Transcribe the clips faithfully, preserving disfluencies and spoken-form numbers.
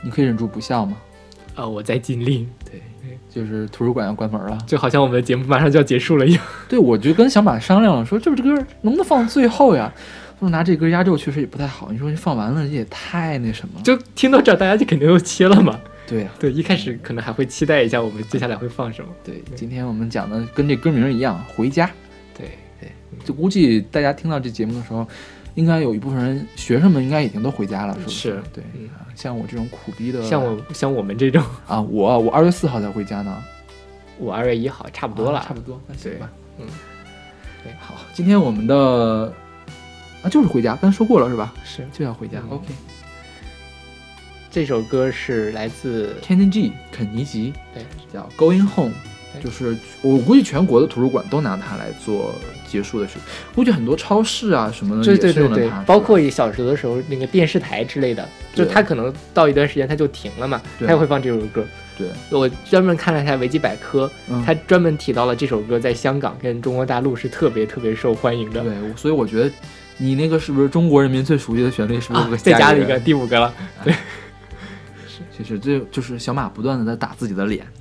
你可以忍住不笑吗？ 啊、呃，我在尽力。 对，就是图书馆要关门了， 就好像我们的节目马上就要结束了一样。 对，我就跟小马商量了，说这不这歌能不能放最后呀？说拿这歌压轴确实也不太好，你说你放完了也太那什么， 就听到这儿大家就肯定都切了嘛。 对呀、啊， 对，一开始可能还会期待一下我们接下来会放什么。 对，对今天我们讲的跟这歌名一样，回家。 对对，就估计大家听到这节目的时候，应该有一部分人，学生们应该已经都回家了，是不是？ 是， 对，嗯、像我这种苦逼的， 像我像我们这种啊，我我二月四号才回家呢， 我二月一号，差不多了， 啊、差不多，那行吧， 嗯， 对，好，今天我们的啊就是回家，刚才说过了是吧？ 是， 就要回家、嗯、，OK。 这首歌是来自 Kenny G 肯尼吉， 对， 叫 Going Home。就是我估计全国的图书馆都拿它来做结束的事，估计很多超市啊什么的也是用的它， 对对对对，包括小时的时候那个电视台之类的，就它可能到一段时间它就停了嘛，它也会放这首歌。 对， 我专门看了一下维基百科， 嗯、 它专门提到了这首歌在香港跟中国大陆是特别特别受欢迎的。 对，所以我觉得你那个是不是中国人民最熟悉的旋律？是不是、啊、 再加了一个第五个了？对， 是，其实这就是小马不断的在打自己的脸。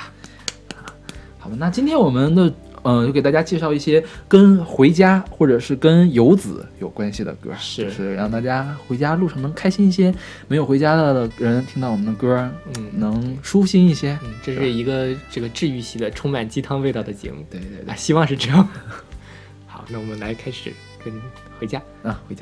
那今天我们的呃，就给大家介绍一些跟回家或者是跟游子有关系的歌， 是， 就是让大家回家路上能开心一些，没有回家的人听到我们的歌， 嗯， 能舒心一些。 嗯，这是一个这个治愈系的、充满鸡汤味道的节目。 对对对， 啊，希望是这样。好，那我们来开始跟回家啊，回家。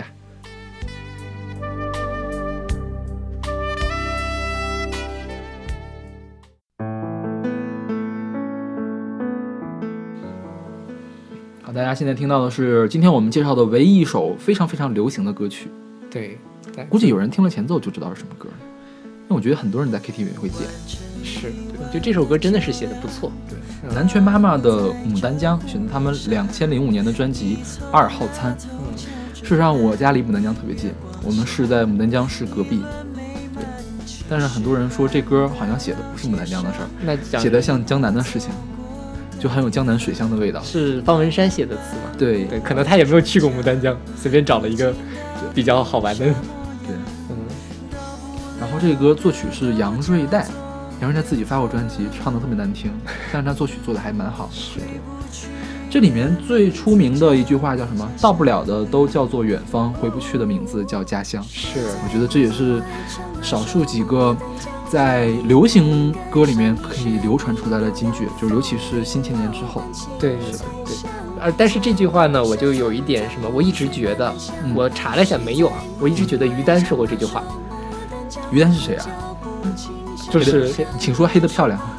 大家现在听到的是今天我们介绍的唯一一首非常非常流行的歌曲。 对， 估计有人听了前奏就知道是什么歌了。那我觉得很多人在 K T V 会点。 是，我觉得这首歌真的是写的不错。 对，嗯、南拳妈妈的《牡丹江》选择他们两千零五年的专辑《二号餐》。 嗯， 事实上我家离牡丹江特别近，我们是在牡丹江市隔壁。对，但是很多人说这歌好像写的不是牡丹江的事儿， 那写的像江南的事情。就很有江南水乡的味道， 是方文山写的词吗？ 对对，可能他也没有去过牡丹江，随便找了一个比较好玩的。 对， 嗯。 然后这个歌作曲是杨瑞代，杨瑞代自己发过专辑，唱的特别难听，但是他作曲做的还蛮好。 是。 这里面最出名的一句话叫什么？到不了的都叫做远方，回不去的名字叫家乡。 是， 我觉得这也是少数几个在流行歌里面可以流传出来的金句，就是尤其是新千年之后。 对，是的，对。呃，但是这句话呢，我就有一点什么，我一直觉得，嗯、我查了一下没有啊，我一直觉得于丹说过这句话。 于丹是谁啊？ 就是请说黑的漂亮。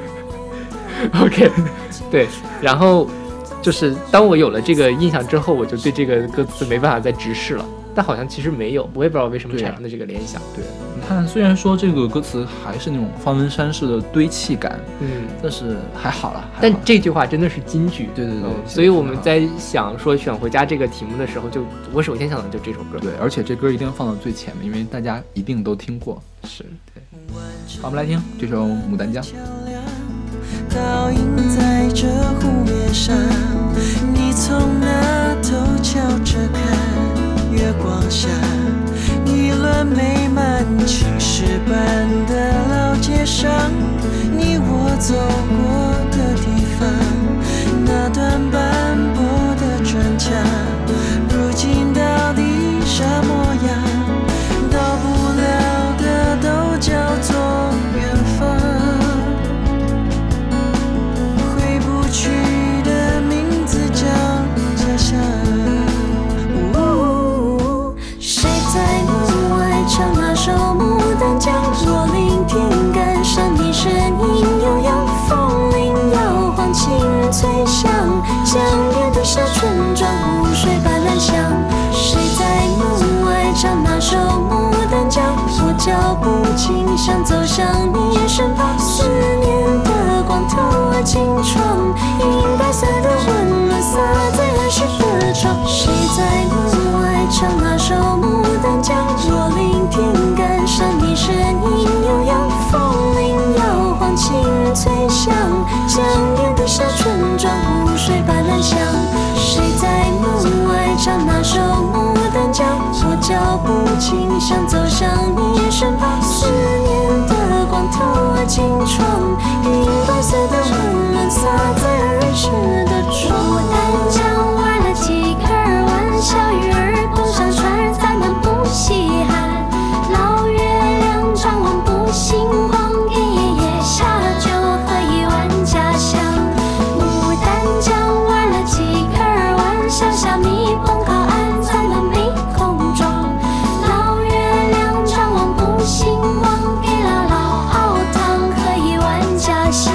OK， 对，然后就是当我有了这个印象之后，我就对这个歌词没办法再直视了。但好像其实没有，我也不知道为什么产生的这个联想。 对，你看，虽然说这个歌词还是那种方文山式的堆砌感， 嗯， 但是还好了。还好但这句话真的是金句。 对对对、嗯， 所以我们在想说选回家这个题目的时候，就我首先想的就这首歌。 对，而且这歌一定要放到最前面，因为大家一定都听过。 是， 对。好，我们来听这首《牡丹江》。 倒映在这湖面上，你从那头瞧着看，月光下一轮美满，青石板的老街上，你我走过的地方，那段斑驳的砖墙，如今到底啥模样？到不了的都叫做远方，回不去的名字叫家乡。谁在门外唱那首牡丹江？若聆听感伤你声音悠扬，风铃摇晃，情人催响，相连的小村庄，湖水般蓝香。谁在门外唱那首牡丹江？我脚步轻想走向你身旁，思念的光透了金窗，银白色的温暖洒在儿时的床。谁在门外唱那首牡丹江？若聆听感伤你声音悠扬，风铃摇晃，情人催响，相连的小村庄，湖水般蓝香。谁在门外唱那首牡丹江？我脚步轻想走向你身旁，思念的清纯，银白色的温暖洒在儿时的唇。牡丹江玩了几个玩小鱼儿蹦上船，咱们不稀罕。老月亮张望不星光，一夜夜下酒喝一碗家乡。牡丹江玩了几个玩小虾米蹦靠岸，咱们没空装。老月亮张望不星光，给了老熬汤喝一碗家乡。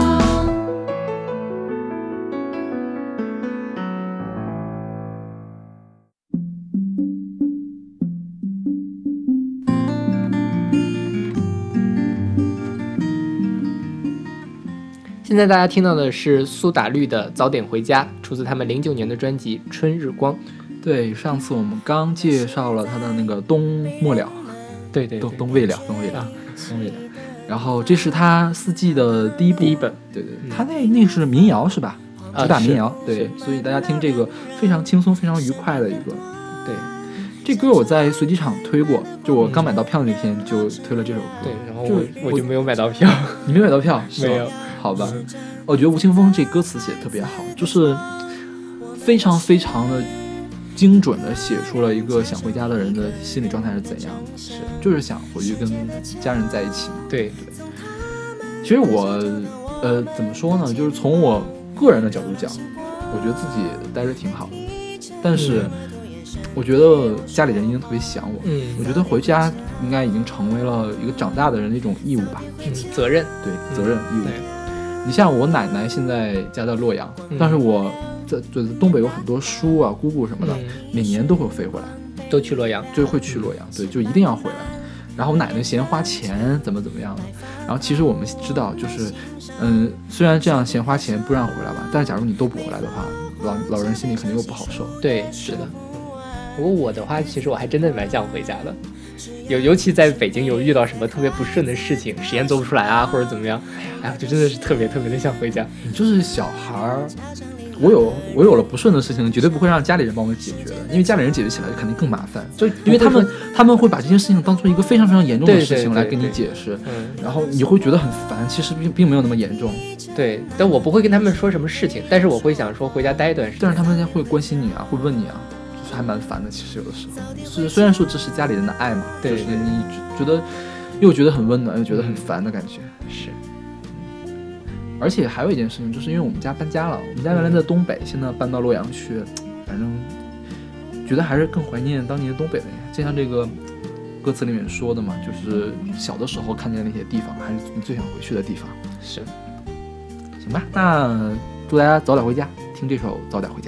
现在大家听到的是苏打绿的《早点回家》，出自他们零九年的专辑《春日光》。 对，上次我们刚介绍了他的那个冬末了， 对对对， 冬冬未了，冬未了， 啊冬未了。然后这是他四季的第一部， 第一本， 对对， 嗯他那那是民谣是吧？ 啊主打民谣， 是对， 是所以大家听这个非常轻松、非常愉快的一个。 对这歌我在随机场推过，就我刚买到票那天就推了这首歌。 对，然后就我我就没有买到票， 你没买到票？是吧没有。 好吧，我觉得吴青峰这歌词写的特别好，就是非常非常的精准的写出了一个想回家的人的心理状态是怎样的，是就是想回去跟家人在一起。 对对，其实我呃怎么说呢，就是从我个人的角度讲，我觉得自己待着挺好的，但是、嗯、我觉得家里人一定特别想我。 嗯， 我觉得回家应该已经成为了一个长大的人的一种义务吧， 嗯，责任， 对，责任、 嗯、 义务。你像我奶奶现在家在洛阳， 嗯、 但是我在在东北有很多叔啊、姑姑什么的， 嗯、 每年都会飞回来， 都去洛阳， 就会去洛阳，对，就一定要回来。然后我奶奶嫌花钱，怎么怎么样的。然后其实我们知道，就是，嗯，虽然这样嫌花钱不让回来吧，但是假如你都不回来的话，老老人心里肯定又不好受。 对，是的。不过我的话，其实我还真的蛮想回家的。有尤其在北京有遇到什么特别不顺的事情，实验做不出来啊，或者怎么样，哎呀，就真的是特别特别的想回家。 你就是小孩儿，我有我有了不顺的事情，绝对不会让家里人帮我解决的，因为家里人解决起来肯定更麻烦，就因为他们他们会把这件事情当做一个非常非常严重的事情来跟你解释， 嗯， 然后你会觉得很烦，其实并并没有那么严重。 对，但我不会跟他们说什么事情，但是我会想说回家待一段时间。 但是他们会关心你啊，会问你啊。还蛮烦的，其实有的时候是虽然说这是家里人的爱嘛， 对， 就是你觉得又觉得很温暖，又觉得很烦的感觉， 嗯、是。 而且还有一件事情，就是因为我们家搬家了，我们家原来在东北，现在搬到洛阳去，反正觉得还是更怀念当年东北的。就像这个歌词里面说的嘛，就是小的时候看见那些地方，还是你最想回去的地方。 是， 行吧，那祝大家早点回家，听这首《早点回家》。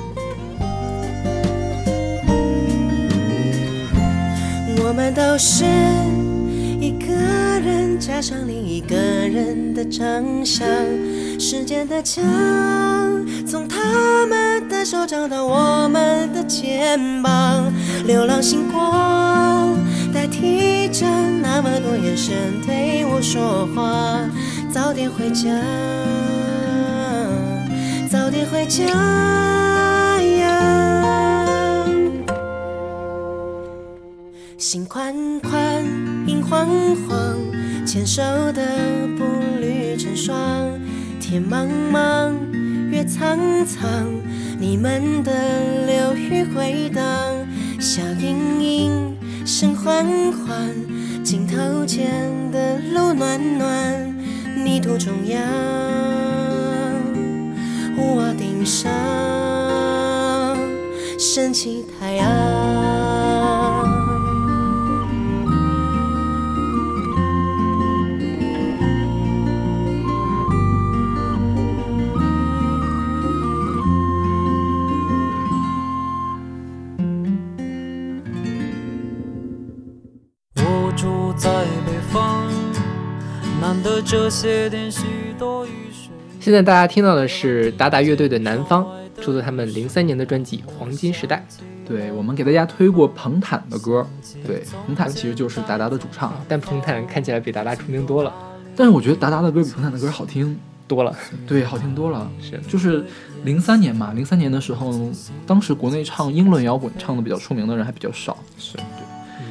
我们都是一个人加上另一个人的长相，时间的墙从他们的手掌到我们的肩膀，流浪星光代替着那么多眼神对我说话，早点回家，早点回家呀。心宽宽，影晃晃，牵手的步履成双。天茫茫，月苍苍，你们的流语回荡。笑盈盈，声缓缓，镜头前的路暖暖。泥土中央，屋顶上，升起太阳。 这些点许多雨水。 现在大家听到的是达达乐队的《南方》，出自他们零三年的专辑《黄金时代》。 对，我们给大家推过彭坦的歌，对，彭坦其实就是达达的主唱， 但彭坦看起来比达达出名多了。 但是我觉得达达的歌比彭坦的歌好听多了， 对，好听多了。 是， 就是零三年嘛，零三年的时候，当时国内唱英伦摇滚唱的比较出名的人还比较少， 是对。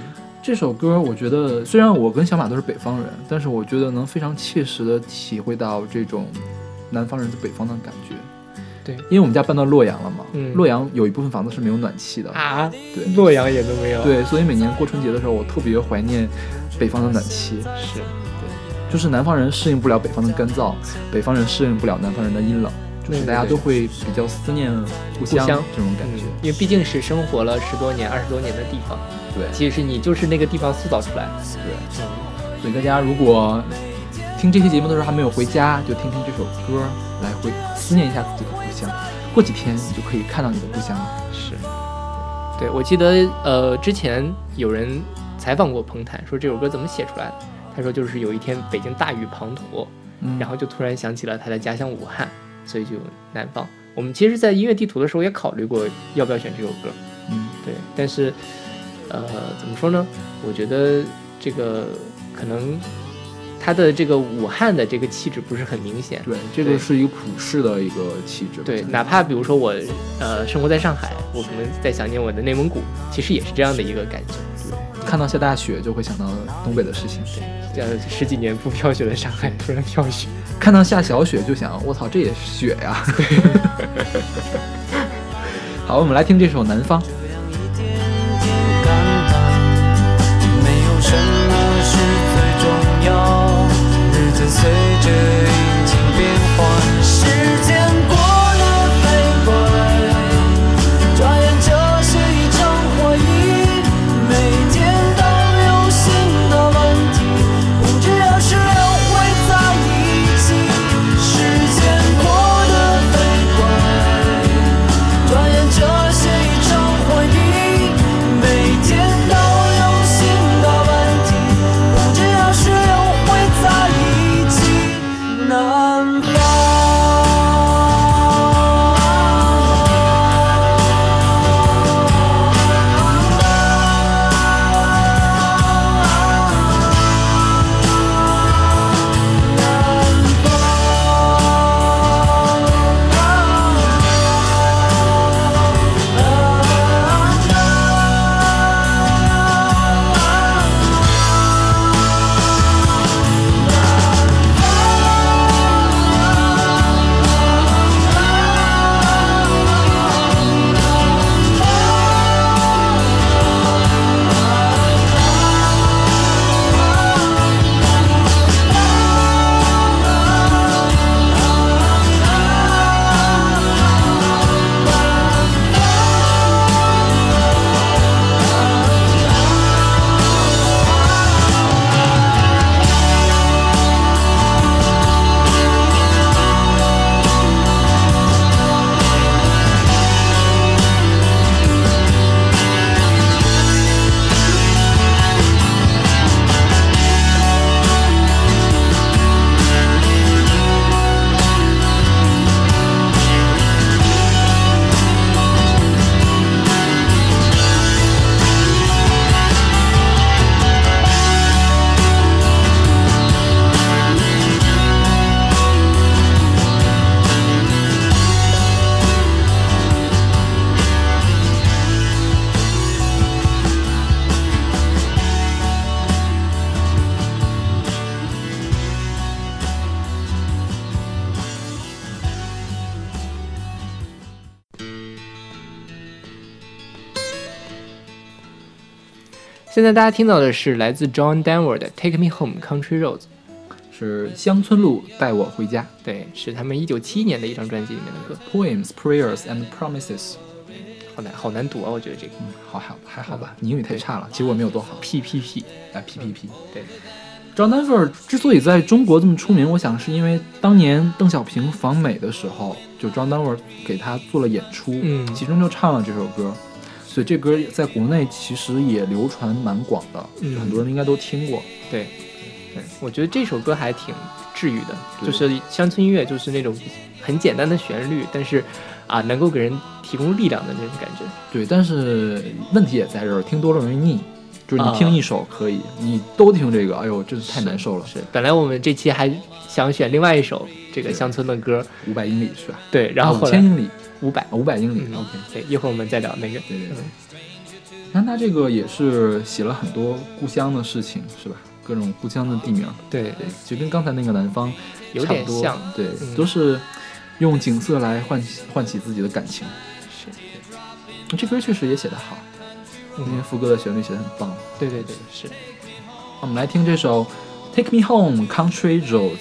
这首歌我觉得，虽然我跟小马都是北方人，但是我觉得能非常切实的体会到这种南方人在北方的感觉。 对， 因为我们家搬到洛阳了嘛， 嗯洛阳有一部分房子是没有暖气的啊， 对， 洛阳也都没有。 对，所以每年过春节的时候，我特别怀念北方的暖气。 是， 对，就是南方人适应不了北方的干燥，北方人适应不了南方人的阴冷，就是大家都会比较思念故乡这种感觉、 嗯。因为毕竟是生活了十多年、二十多年的地方， 对， 其实你就是那个地方塑造出来。 对，嗯、所以大家如果听这期节目的时候还没有回家，就听听这首歌，来回思念一下自己的故乡。过几天你就可以看到你的故乡了。 是，对，我记得呃，之前有人采访过彭坦，说这首歌怎么写出来的。他说就是有一天北京大雨滂沱、嗯，然后就突然想起了他的家乡武汉，所以就南方。我们其实，在音乐地图的时候也考虑过要不要选这首歌， 嗯， 对，但是呃，怎么说呢？我觉得这个可能。它的这个武汉的这个气质不是很明显， 对，这个是一个普世的一个气质。 对，哪怕比如说我呃生活在上海，我可能在想念我的内蒙古，其实也是这样的一个感觉。 对，看到下大雪就会想到东北的事情。 对，这样十几年不飘雪的上海突然飘雪， 看到下小雪就想，我操，这也是雪呀！好，我们来听这首《南方》。 随着阴晴变幻，时间过得飞快，转眼就是一场回忆，每天都有新的问题，不知何时又会在一起。时间过得飞快，转眼就是一场回忆，每天都有新的问题，不知何时又会在一起。南方。 现在大家听到的是来自 John Denver 的 Take Me Home Country Roads， 是乡村路带我回家。 对，是他们一九七一年的一张专辑里面的歌。 Poems, Prayers and Promises， 好难好难读啊，我觉得这个、 嗯、好还还好吧，你英语太差了，其实我没有多好。 P P P 啊 P P P 对。 John Denver 之所以在中国这么出名，我想是因为当年邓小平访美的时候，就 John Denver 给他做了演出， 嗯， 其中就唱了这首歌，所以这歌在国内其实也流传蛮广的，嗯，很多人应该都听过。 对，对，我觉得这首歌还挺治愈的，就是乡村音乐，就是那种很简单的旋律，但是啊，能够给人提供力量的那种感觉。 对，但是问题也在这儿，听多了容易腻。就是你听一首可以，啊、你都听这个，哎呦，真是太难受了。 是，是本来我们这期还想选另外一首这个乡村的歌， 五百英里是吧？ 对，然后五千英里， 五百五百英里。 嗯、 OK， 对，一会儿我们再聊那个。 对对对。 看他这个也是写了很多故乡的事情，是吧？各种故乡的地名， 对对，就跟刚才那个南方有差不多点像， 对， 嗯、 都是用景色来唤起唤起自己的感情。 是， 这歌确实也写得好， 嗯、 因为副歌的旋律写得很棒。 对对对，是。 我们来听这首《Take Me Home, Country Roads》。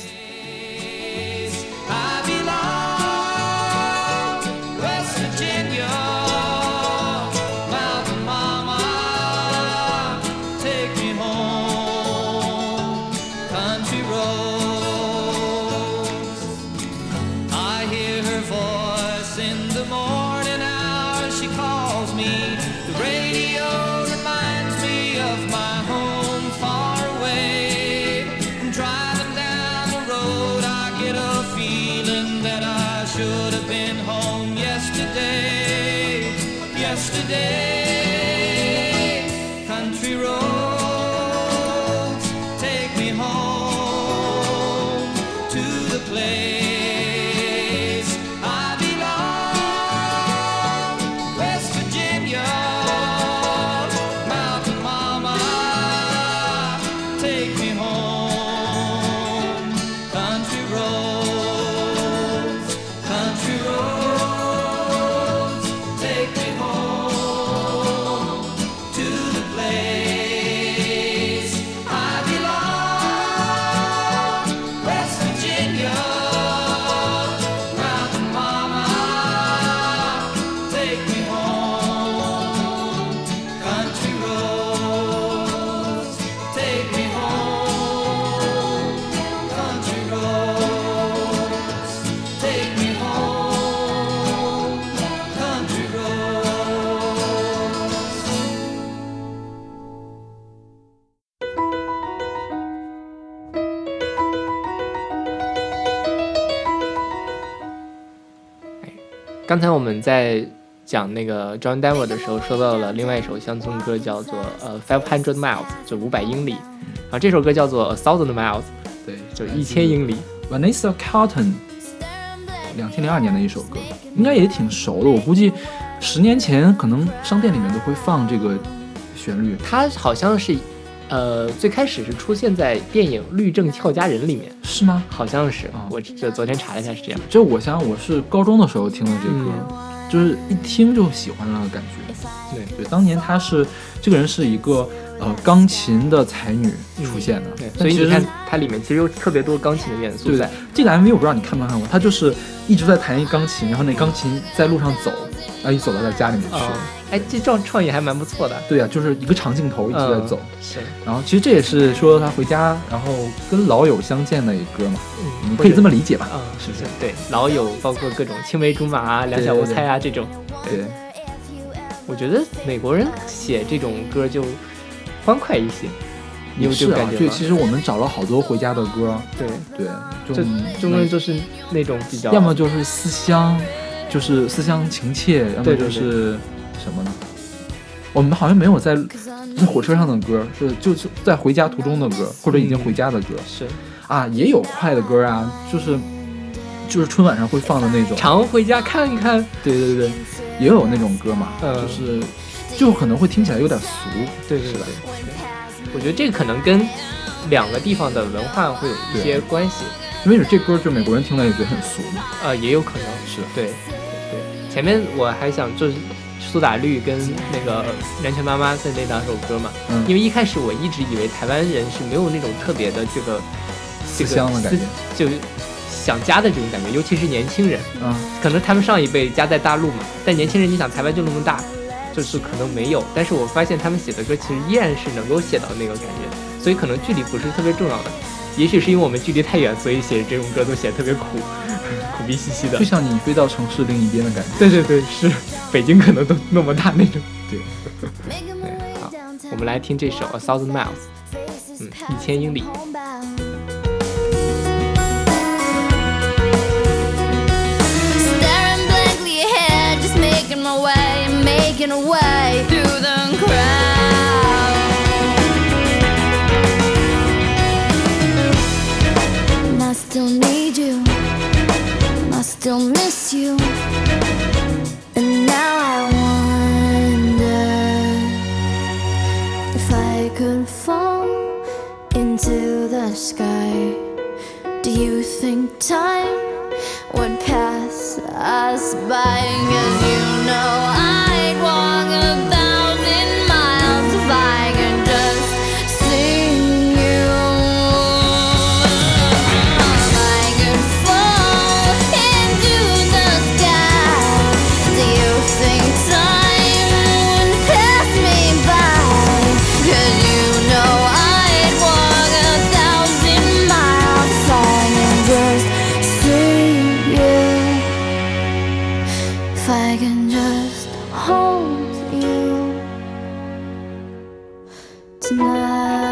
刚才我们在讲那个 John Denver 的时候，说到了另外一首乡村歌，叫做呃 Five Hundred Miles， 就五百英里。然后这首歌叫做 A Thousand Miles， 对， 就一千英里。 Vanessa Carlton， 两千零二年的一首歌，应该也挺熟的。我估计十年前可能商店里面都会放这个旋律。 它好像是，呃，最开始是出现在电影《律政俏佳人》里面， 是吗？ 好像是， 哦、 我这昨天查了一下是这样。 这我想想，我是高中的时候听的这歌。嗯，就是一听就喜欢了，感觉。 对对，当年她是这个人是一个呃钢琴的才女出现的， 嗯、对，所以你看它里面其实有特别多钢琴的元素在。 这个 M V 我不知道你看没看过，他就是一直在弹一钢琴，然后那钢琴在路上走，然后一走到他家里面去。 哦、哎，这创创意还蛮不错的。 对呀、啊，就是一个长镜头一直在走。 嗯、是。 然后其实这也是说他回家，然后跟老友相见的一歌嘛。 嗯， 你可以这么理解吧？ 嗯，是不是？对，老友包括各种青梅竹马啊、两小无猜啊这种。 对。对我觉得美国人写这种歌就欢快一些，你有这种感觉吗？ 对，其实我们找了好多回家的歌， 对对， 就中文就是那种比较， 要么就是思乡，就是思乡情切，要么就是什么呢？我们好像没有在在火车上的歌，是就是在回家途中的歌，或者已经回家的歌。 嗯、是啊，也有快的歌啊，就是就是春晚上会放的那种。 常回家看看。 对对对。也有那种歌嘛， 嗯、 就是就可能会听起来有点俗， 对对对对。我觉得这个可能跟两个地方的文化会有一些关系。 没准这歌就美国人听了也觉得很俗嘛。 呃，也有可能是。 对对。前面我还想就是苏打绿跟那个南拳妈妈的那两首歌嘛， 嗯， 因为一开始我一直以为台湾人是没有那种特别的这个思乡的感觉， 就。想家的这种感觉，尤其是年轻人， 嗯， 可能他们上一辈家在大陆嘛，但年轻人你想台湾就那么大，就是可能没有。但是我发现他们写的歌其实依然是能够写到那个感觉，所以可能距离不是特别重要的。也许是因为我们距离太远，所以写这种歌都写得特别苦，苦逼兮兮的， 就像你飞到城市另一边的感觉。 对对对，是北京可能都那么大那种。 对， 对，好，我们来听这首《A Thousand Miles》，嗯，一千英里。 Making my way, making a way through the crowd. And I still need you, I still miss you. And now I wonder into the sky. Do you think time would pass us by? 'Cause you know I'd walk a thousand miles if I could just see you. If I could fall into the sky, do you think time would pass me by? 'Cause you know I'd walk a thousand miles if I could just see you. If I can just hold you tonight.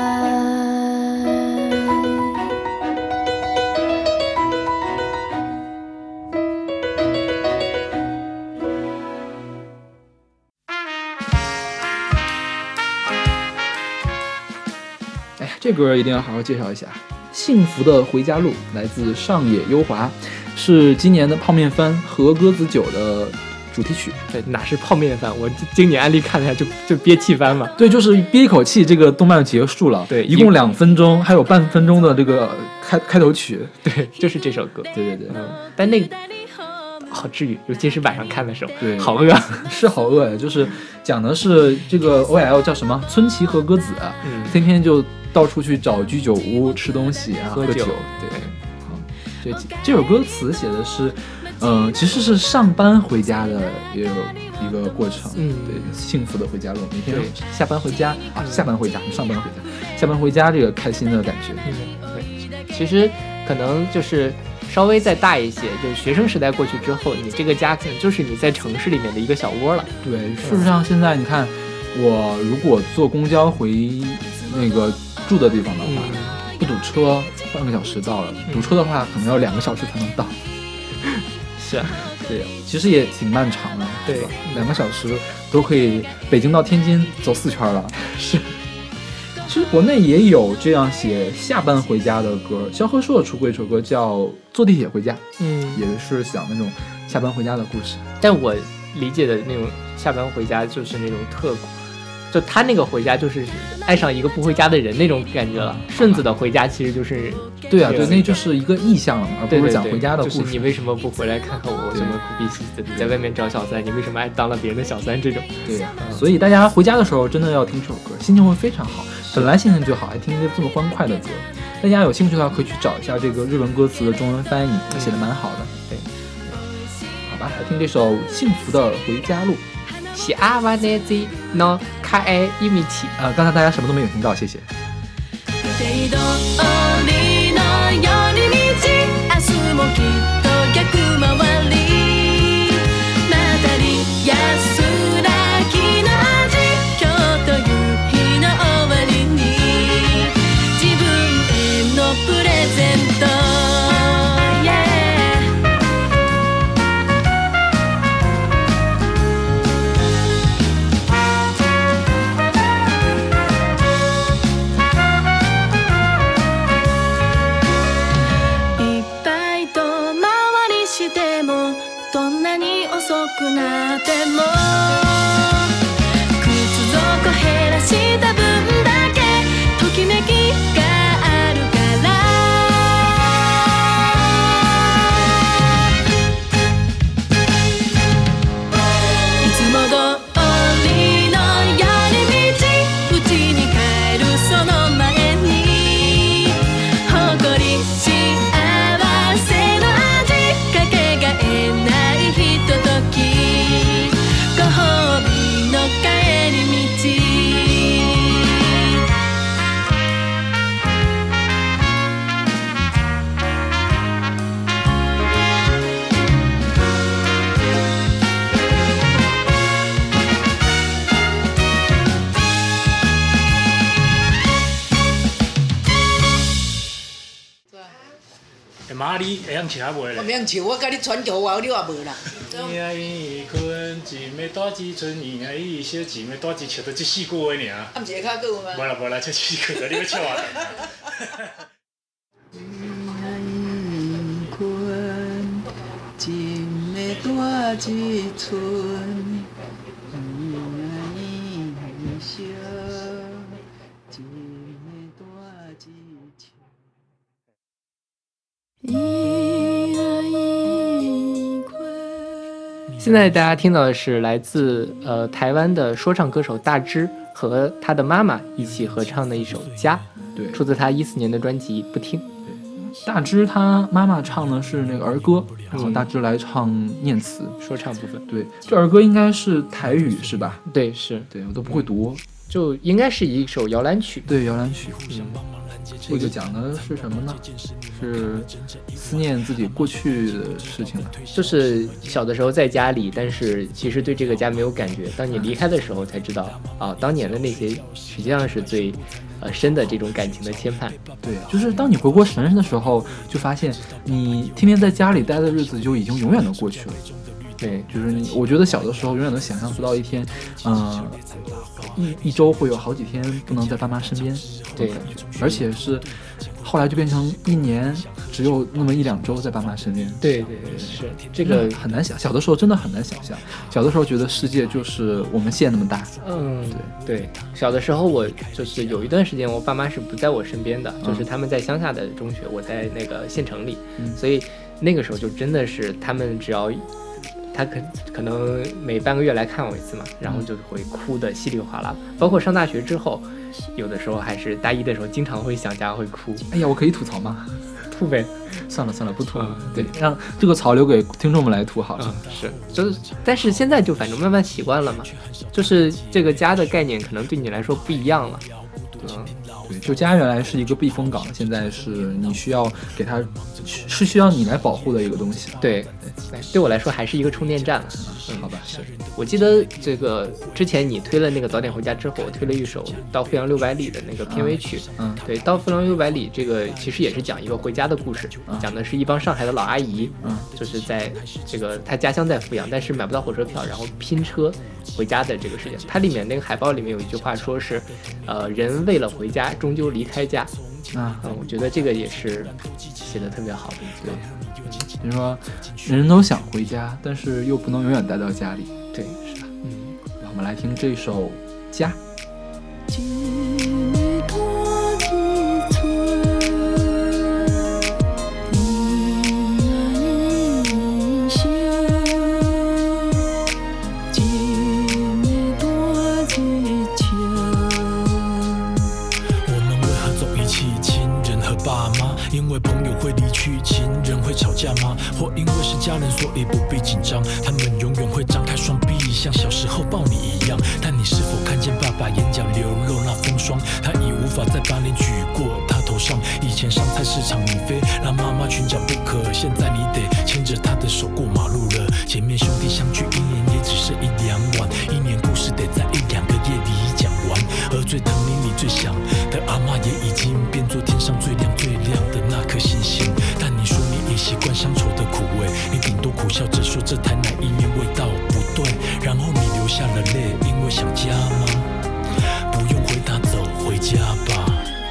哎呀，这歌一定要好好介绍一下，《幸福的回家路》来自上野优华，是今年的泡面番和鸽子酒的主题曲。 对，哪是泡面番？我今年安利看了下就就憋气番嘛。 对，就是憋一口气，这个动漫结束了。 对， 一共两分钟，还有半分钟的这个开开头曲。 对，就是这首歌。 对对对， 嗯，但那个好治愈，尤其是晚上看的时候， 对， 好饿， 是好饿呀。就是讲的是这个 O L 叫什么村崎和歌子， 嗯， 天天就到处去找居酒屋吃东西啊，喝酒。 对，好，这这首歌词写的是。嗯、呃，其实是上班回家的也有一个过程， 嗯， 对，幸福的回家路，每天下班回家啊，下班回家，上班回家，下班回家这个开心的感觉。 嗯，对，其实可能就是稍微再大一些，就是学生时代过去之后，你这个家可能就是你在城市里面的一个小窝了。 对，事实上现在你看，我如果坐公交回那个住的地方的话，嗯、不堵车，半个小时到了；堵车的话，可能要两个小时才能到。 是啊， 对，其实也挺漫长的， 对， 两个小时都可以北京到天津走四圈了。 是， 其实国内也有这样写下班回家的歌，萧何硕出过一首歌叫《坐地铁回家》， 嗯， 也是讲那种下班回家的故事。 但我理解的那种下班回家就是那种特苦。就他那个回家就是爱上一个不回家的人那种感觉了，顺子的回家其实就是对啊，对，那就是一个意象了嘛，而不是讲回家的故事。 对对对，就是你为什么不回来看看我？什么苦逼兮兮的在外面找小三？你为什么还当了别人的小三？这种。 对呀、啊，所以大家回家的时候真的要听这首歌，心情会非常好。本来心情就好，还听一个这么欢快的歌。大家有兴趣的话，可以去找一下这个日文歌词的中文翻译，嗯、写的蛮好的。对，好吧，来听这首《幸福的回家路》。 幸せの帰り道。 呃，刚才大家什么都没有听到，谢谢。 妈，你会晓请袂咧？ 我免唱，我甲你传球啊，你也无啦。 伊伊困一暝大志春，伊爱伊小一暝大志笑到即四句话尔。 啊，毋是会较久吗？ 无啦无啦，这四句，你要笑啊？ 困一暝大志春，伊爱伊小一暝大志。 现在大家听到的是来自呃台湾的说唱歌手大支和他的妈妈一起合唱的一首《家》， 对， 出自他一四年的专辑《不听》。 大支他妈妈唱的是那个儿歌，然后大支来唱念词、 嗯、说唱部分。 对，这儿歌应该是台语是吧？ 对，是， 对我都不会读， 就应该是一首摇篮曲。 对，摇篮曲。 嗯， 这个讲的是什么呢？是思念自己过去的事情了。 就是小的时候在家里，但是其实对这个家没有感觉。当你离开的时候，才知道啊，当年的那些实际上是最呃深的这种感情的牵绊。 对，就是当你回过神的时候，就发现你天天在家里待的日子就已经永远的过去了。对，就是你，我觉得小的时候永远能想象不到一天，嗯、呃，一一周会有好几天不能在爸妈身边， 对， 而且是后来就变成一年只有那么一两周在爸妈身边。 对对对，是这个很难想，小的时候真的很难想象，小的时候觉得世界就是我们县那么大。 嗯，对对，小的时候我就是有一段时间我爸妈是不在我身边的，就是他们在乡下的中学，我在那个县城里， 嗯、 所以那个时候就真的是他们只要。他可可能每半个月来看我一次嘛，然后就会哭得稀里哗啦。包括上大学之后，有的时候还是大一的时候，经常会想家，会哭。 哎呀，我可以吐槽吗？ 吐呗， 算了算了，不吐了。 嗯、 对，让这个槽留给听众们来吐好了。 嗯、是，就是，但是现在就反正慢慢习惯了嘛，就是这个家的概念可能对你来说不一样了。嗯， 对，就家原来是一个避风港，现在是你需要给它，是需要你来保护的一个东西。 对，对，对我来说还是一个充电站了。 嗯，好吧，是我记得这个之前你推了那个早点回家之后，我推了一首《到阜阳六百里》的那个片尾曲。 嗯， 对，《到阜阳六百里》这个其实也是讲一个回家的故事， 嗯、 讲的是一帮上海的老阿姨， 嗯， 就是在这个他家乡在阜阳，但是买不到火车票，然后拼车回家的这个事情。它里面那个海报里面有一句话说是，呃，人为了回家终究离开家。 啊， 嗯，我觉得这个也是写的特别好的。 对，比如说人都想回家，但是又不能永远待到家里。 对，是吧？ 嗯，让我们来听这首《家》。 因为朋友会离去，情人会吵架吗？或因为是家人，所以不必紧张。他们永远会张开双臂，像小时候抱你一样。但你是否看见爸爸眼角流露那风霜？他已无法再把脸举过他头上。以前上菜市场你非让妈妈裙角不可，现在你得牵着他的手过马路了。前面兄弟相聚一年也只是一两晚，一年故事得在一两个夜里讲完。而最疼你你最想的阿嬷也已经变作天上最亮最亮的那颗星星。但你说你已习惯乡愁的苦味，你顶多苦笑着说这台奶意面味道不对，然后你流下了泪，因为想家吗？不用回答，走回家吧。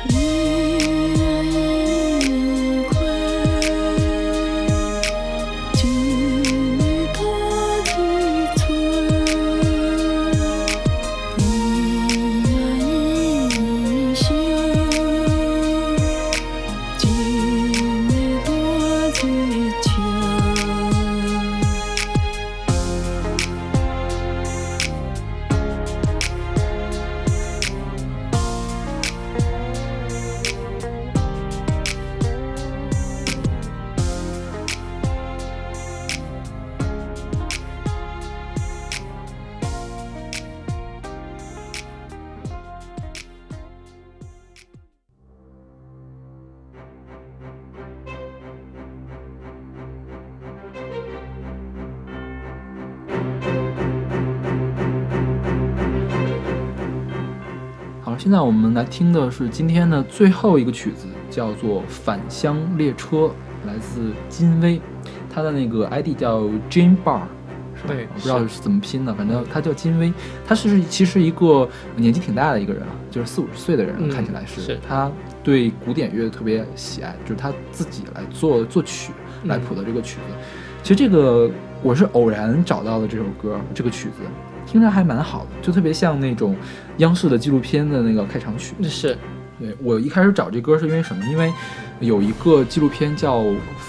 现在我们来听的是今天的最后一个曲子，叫做《返乡列车》，来自金威，他的那个 I D 叫 Jane Bar， 是吧？ 对， 我不知道是怎么拼的，反正他叫金威。他是其实一个年纪挺大的一个人了，就是四五十岁的人， 嗯、 看起来是。 是他对古典乐特别喜爱，就是他自己来做作曲来谱的这个曲子。嗯、其实这个我是偶然找到的这首歌，这个曲子。听着还蛮好的，就特别像那种央视的纪录片的那个开场曲。 是， 对，我一开始找这歌是因为什么？因为有一个纪录片叫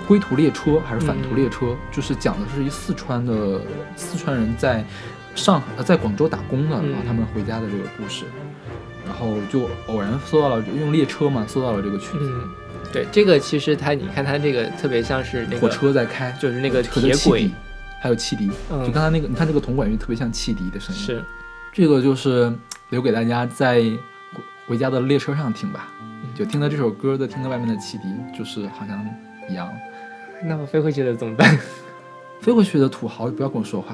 归途列车还是返途列车，嗯、就是讲的是一四川的四川人在上呃在广州打工的，然后他们回家的这个故事。然后就偶然搜到了，用列车嘛，搜到了这个曲子。 嗯，对，这个其实它，你看它这个特别像是那个火车在开， 就是那个铁轨， 还有汽笛。嗯，就刚才那个，你看这个铜管乐特别像汽笛的声音。 是， 这个就是留给大家在回家的列车上听吧，就听到这首歌的，听到外面的汽笛，就是好像一样。 那么飞回去的怎么办？ 飞回去的土豪，不要跟我说话。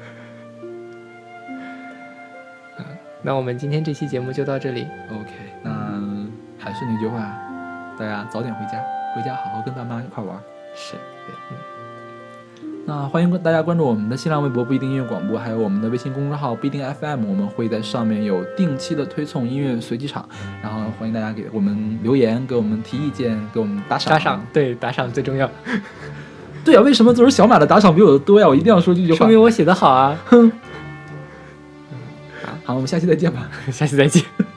那我们今天这期节目就到这里。 OK， 那还是那句话，大家早点回家，回家好好跟爸妈一块玩。 是， 对，嗯。那欢迎大家关注我们的新浪微博不一定音乐广播，还有我们的微信公众号不一定 F M， 我们会在上面有定期的推送音乐随机场，然后欢迎大家给我们留言，给我们提意见，给我们打赏。 打赏，对，打赏最重要。 对啊，为什么总是小马的打赏比我的多呀？我一定要说这句话， 说明我写得好啊。 哼。好，我们下期再见吧。 下期再见。